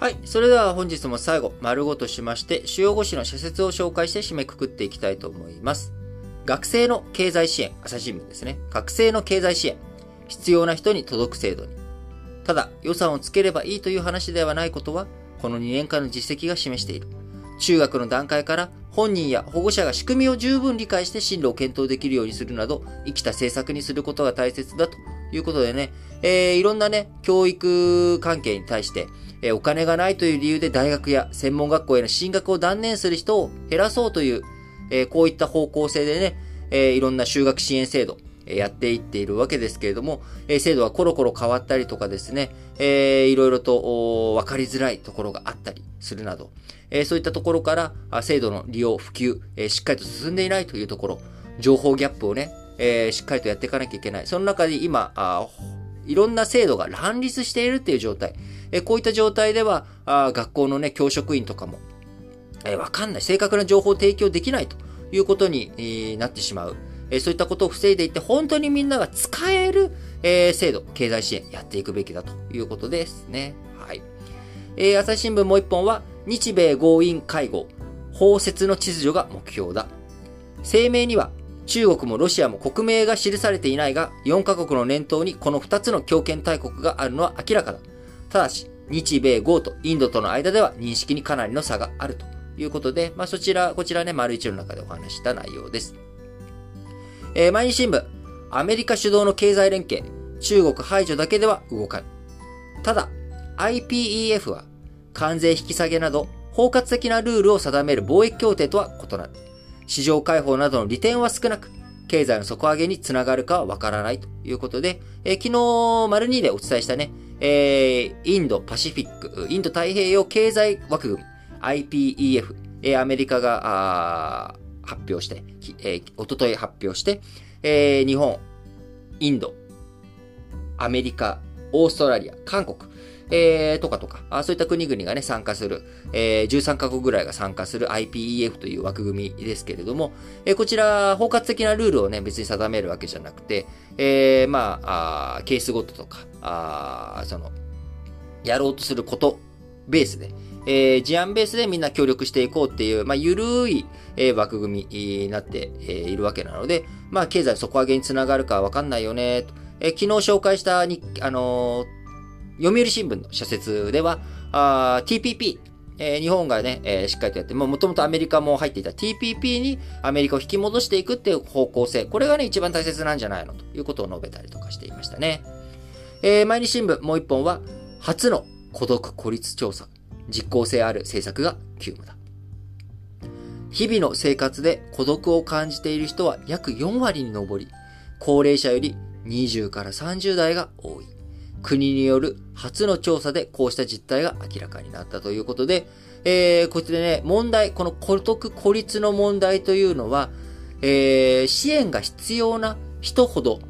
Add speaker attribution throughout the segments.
Speaker 1: はい。それでは本日も最後、丸ごとしまして、主要5紙の社説を紹介して締めくくっていきたいと思います。学生の経済支援、朝日新聞ですね。学生の経済支援、必要な人に届く制度に。ただ、予算をつければいいという話ではないことは、この2年間の実績が示している。中学の段階から本人や保護者が仕組みを十分理解して進路を検討できるようにするなど、生きた政策にすることが大切だということでね、いろんなね、教育関係に対して、お金がないという理由で大学や専門学校への進学を断念する人を減らそうという、こういった方向性でね、いろんな就学支援制度、やっていっているわけですけれども、制度はコロコロ変わったりとかですね、いろいろと分かりづらいところがあったりするなど、そういったところから制度の利用、普及、しっかりと進んでいないというところ、情報ギャップをね、しっかりとやっていかなきゃいけない。その中で今、いろんな制度が乱立しているっていう状態。こういった状態では、学校のね、教職員とかも、わかんない。正確な情報を提供できないということに、なってしまう。そういったことを防いでいって、本当にみんなが使える、制度、経済支援やっていくべきだということですね。はい。朝日新聞もう一本は、日米豪印会合、包摂の秩序が目標だ。声明には、中国もロシアも国名が記されていないが、4カ国の念頭にこの2つの強権大国があるのは明らかだ。ただし、日米豪とインドとの間では認識にかなりの差があるということで、こちらね、丸一の中でお話した内容です。毎日新聞、アメリカ主導の経済連携、中国排除だけでは動かない。ただ、IPEF は関税引き下げなど包括的なルールを定める貿易協定とは異なる。市場開放などの利点は少なく、経済の底上げにつながるかはわからないということで、昨日、丸2でお伝えしたね、インドパシフィック、インド太平洋経済枠組み、IPEF、アメリカが発表して、おととい発表して、日本、インド、アメリカ、オーストラリア、韓国、とか、そういった国々がね、参加する、13カ国ぐらいが参加する IPEF という枠組みですけれども、こちら、包括的なルールをね、別に定めるわけじゃなくて、ケースごととか、やろうとすることベースで、事案ベースでみんな協力していこうっていう、ゆるい、枠組みになっているわけなので、経済底上げにつながるかわかんないよね、と。昨日紹介した読売新聞の社説では、TPP、日本がね、しっかりとやって、もともとアメリカも入っていた TPP にアメリカを引き戻していくっていう方向性、これがね、一番大切なんじゃないのということを述べたりとかしていましたね。毎日新聞もう一本は、初の孤独孤立調査、実効性ある政策が急務だ。日々の生活で孤独を感じている人は約4割に上り、高齢者より20から30代が多い。国による初の調査でこうした実態が明らかになったということで、こちらね、この孤独孤立の問題というのは、支援が必要な人ほど、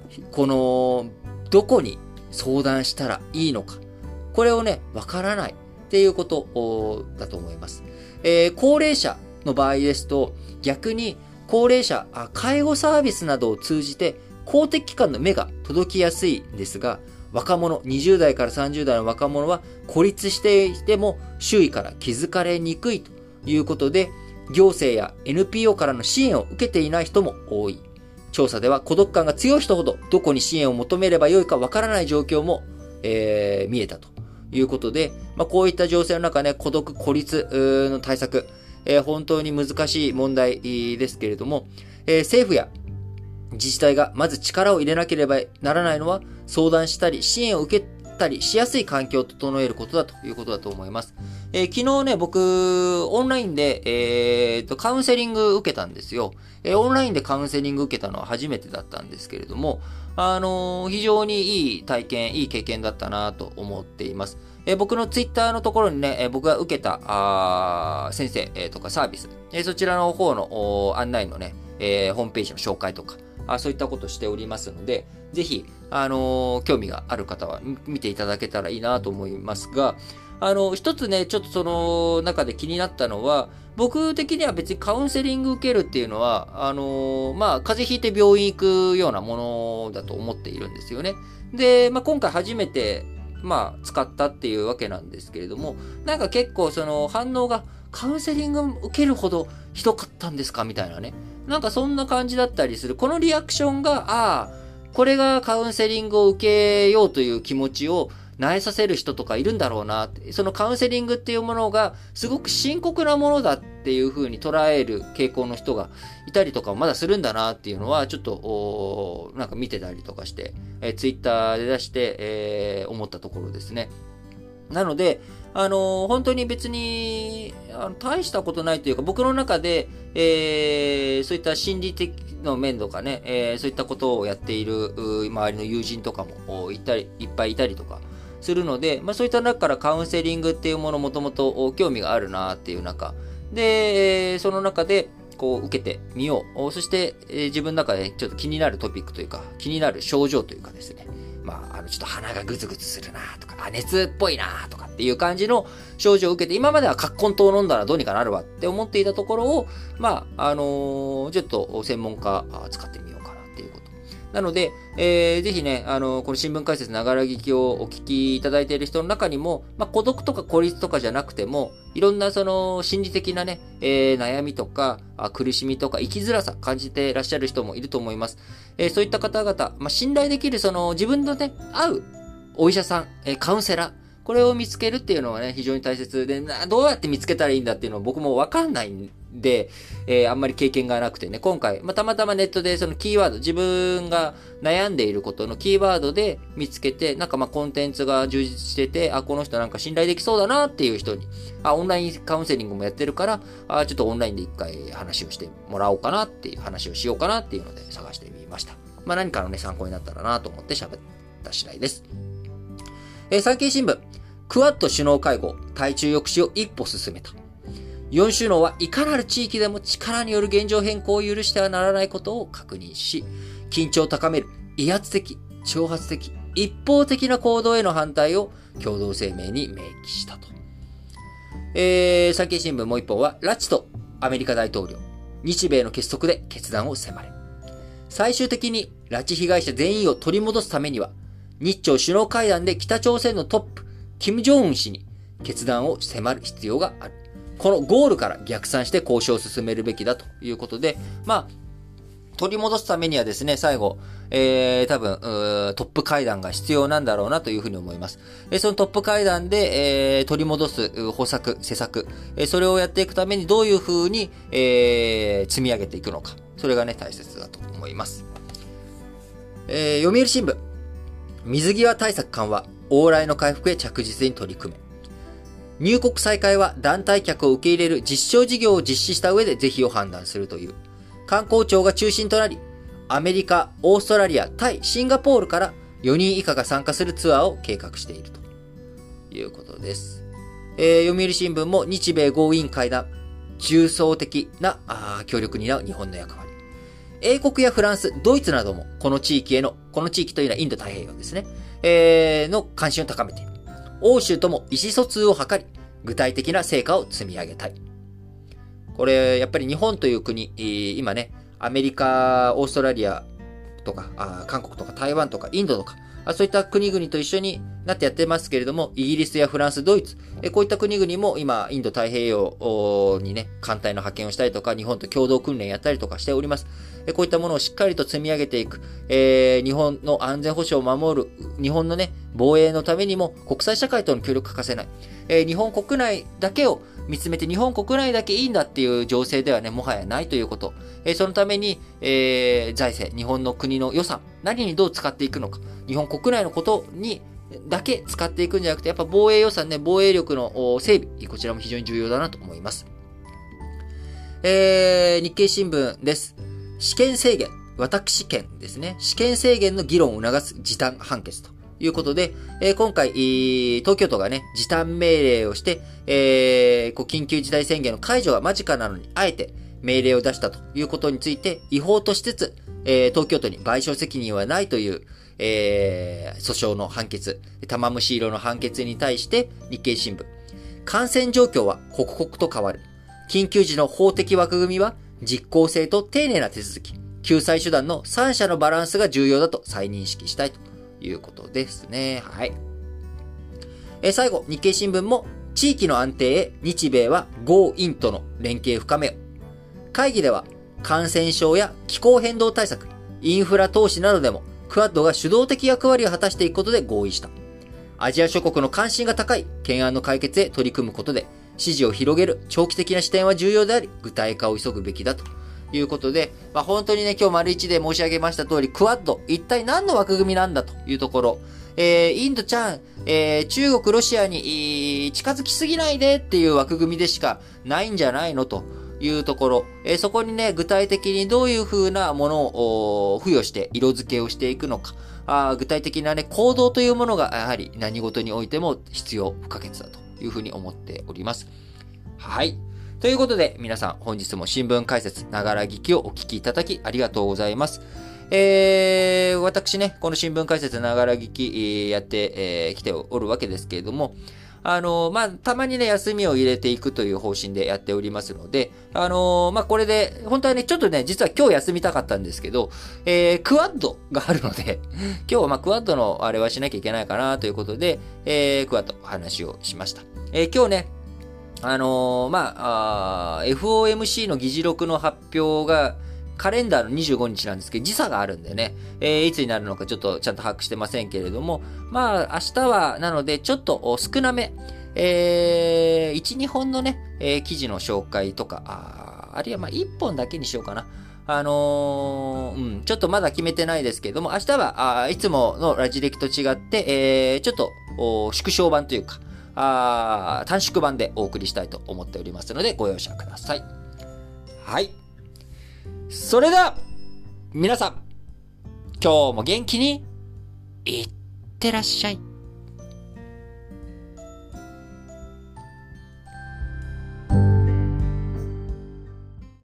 Speaker 1: どこに相談したらいいのか、これをね、わからないっていうことだと思います。高齢者の場合ですと、逆に高齢者、介護サービスなどを通じて公的機関の目が届きやすいんですが、若者、20代から30代の若者は孤立していても周囲から気づかれにくいということで、行政や NPO からの支援を受けていない人も多い。調査では孤独感が強い人ほどどこに支援を求めればよいかわからない状況も、見えたということで、こういった情勢の中ね、孤独孤立の対策、本当に難しい問題ですけれども、政府や自治体がまず力を入れなければならないのは、相談したり支援を受けたりしやすい環境を整えることだということだと思います。昨日ね、僕、オンラインで、カウンセリング受けたんですよ。オンラインでカウンセリング受けたのは初めてだったんですけれども、非常にいい体験、いい経験だったなと思っています。僕のツイッターのところにね、僕が受けた先生、とかサービス、そちらの方の案内のね、ホームページの紹介とか、そういったことをしておりますので、ぜひ、興味がある方は見ていただけたらいいなと思いますが、一つね、ちょっとその中で気になったのは、僕的には別にカウンセリング受けるっていうのは、風邪ひいて病院行くようなものだと思っているんですよね。で、今回初めて使ったっていうわけなんですけれども、なんか結構その反応がカウンセリング受けるほどひどかったんですかみたいなね。なんかそんな感じだったりする。このリアクションが、これがカウンセリングを受けようという気持ちを萎えさせる人とかいるんだろうなって。そのカウンセリングっていうものがすごく深刻なものだっていう風に捉える傾向の人がいたりとかもまだするんだなっていうのはちょっとなんか見てたりとかして、ツイッターで出して、思ったところですね。なので、本当に別に、大したことないというか、僕の中で、そういった心理的の面とかね、そういったことをやっている周りの友人とかもいっぱいいたりとかするので、そういった中からカウンセリングっていうものもともと興味があるなっていう中で、その中でこう受けてみよう。そして、自分の中でちょっと気になるトピックというか、気になる症状というかですね、ちょっと鼻がぐずぐずするなとか、熱っぽいなとかっていう感じの症状を受けて、今までは葛根湯を飲んだらどうにかなるわって思っていたところを、ちょっと専門家使ってみようかなっていうこと。なので、ぜひね、この新聞解説ながら聞きをお聞きいただいている人の中にも、孤独とか孤立とかじゃなくても、いろんなその心理的なね、悩みとか苦しみとか生きづらさ感じていらっしゃる人もいると思います。そういった方々、信頼できるその自分のね、合うお医者さん、カウンセラー、これを見つけるっていうのはね、非常に大切で、どうやって見つけたらいいんだっていうのは僕もわかんないんで、あんまり経験がなくてね、今回、たまたまネットでそのキーワード、自分が悩んでいることのキーワードで見つけて、なんかコンテンツが充実してて、この人なんか信頼できそうだなっていう人に、オンラインカウンセリングもやってるから、ちょっとオンラインで一回話をしてもらおうかなっていう話をしようかなっていうので探してみました。何かのね、参考になったらなと思って喋った次第です。産経新聞、クアッド首脳会合、対中抑止を一歩進めた。4首脳はいかなる地域でも力による現状変更を許してはならないことを確認し、緊張を高める威圧的、挑発的、一方的な行動への反対を共同声明に明記したと。産経新聞もう一本は、拉致とアメリカ大統領、日米の結束で決断を迫れ。最終的に拉致被害者全員を取り戻すためには、日朝首脳会談で北朝鮮のトップ、金正恩氏に決断を迫る必要がある。このゴールから逆算して交渉を進めるべきだということで、取り戻すためにはですね、最後、多分、トップ会談が必要なんだろうなというふうに思います。そのトップ会談で、取り戻す方策、施策、それをやっていくためにどういうふうに、積み上げていくのか。それがね、大切だと思います。読売新聞、水際対策緩和、往来の回復へ着実に取り組め。入国再開は団体客を受け入れる実証事業を実施した上で是非を判断するという。観光庁が中心となり、アメリカ、オーストラリア、タイ、シンガポールから4人以下が参加するツアーを計画しているということです。読売新聞も日米豪印会談、重層的な協力に担う日本の役割。英国やフランス、ドイツなどもこの地域というのはインド太平洋ですね。の関心を高めている。欧州とも意思疎通を図り、具体的な成果を積み上げたい。これ、やっぱり日本という国、今ね、アメリカ、オーストラリアとか、韓国とか台湾とかインドとか、そういった国々と一緒になってやってますけれども、イギリスやフランス、ドイツ、こういった国々も今、インド太平洋にね、艦隊の派遣をしたりとか、日本と共同訓練やったりとかしております。こういったものをしっかりと積み上げていく、日本の安全保障を守る、日本のね、防衛のためにも国際社会との協力欠かせない。日本国内だけを見つめて日本国内だけいいんだっていう情勢ではね、もはやないということ。そのために、財政、日本の国の予算、何にどう使っていくのか、日本国内のことにだけ使っていくんじゃなくて、やっぱ防衛予算ね、防衛力の整備、こちらも非常に重要だなと思います。日経新聞です。私権制限、私権ですね。私権制限の議論を促す時短判決ということで、今回、東京都がね、時短命令をして、緊急事態宣言の解除が間近なのに、あえて命令を出したということについて、違法としつつ、東京都に賠償責任はないという、訴訟の判決、玉虫色の判決に対して、日経新聞。感染状況は刻々と変わる。緊急時の法的枠組みは、実効性と丁寧な手続き、救済手段の3者のバランスが重要だと再認識したいということですね。はい。 最後、日経新聞も、地域の安定へ日米は Go インとの連携深めよ。会議では、感染症や気候変動対策、インフラ投資などでも、クアッドが主導的役割を果たしていくことで合意した。アジア諸国の関心が高い懸案の解決へ取り組むことで、支持を広げる長期的な視点は重要であり、具体化を急ぐべきだということで、本当にね、今日丸一で申し上げました通り、クアッド、一体何の枠組みなんだというところ、インドちゃん、中国、ロシアに近づきすぎないでっていう枠組みでしかないんじゃないのというところ、そこにね、具体的にどういう風なものを付与して色付けをしていくのか、具体的なね、行動というものがやはり何事においても必要不可欠だというふうに思っております。はい。ということで、皆さん本日も新聞解説、ながら聞きをお聞きいただきありがとうございます。私ね、この新聞解説ながら聞き、やって、きておるわけですけれども、たまにね、休みを入れていくという方針でやっておりますので、これで、本当はね、ちょっとね、実は今日休みたかったんですけど、クワッドがあるので、今日はクワッドのあれはしなきゃいけないかなということで、クワッド話をしました。今日ね、FOMC の議事録の発表が、カレンダーの25日なんですけど、時差があるんでね、いつになるのかちょっとちゃんと把握してませんけれども、明日は、なので、ちょっと少なめ、1、2本のね、記事の紹介とか、あるいは1本だけにしようかな。ちょっとまだ決めてないですけれども、明日はいつものラジ歴と違って、ちょっと縮小版というか、短縮版でお送りしたいと思っておりますので、ご容赦ください。はい。それでは、皆さん、今日も元気に、いってらっしゃい。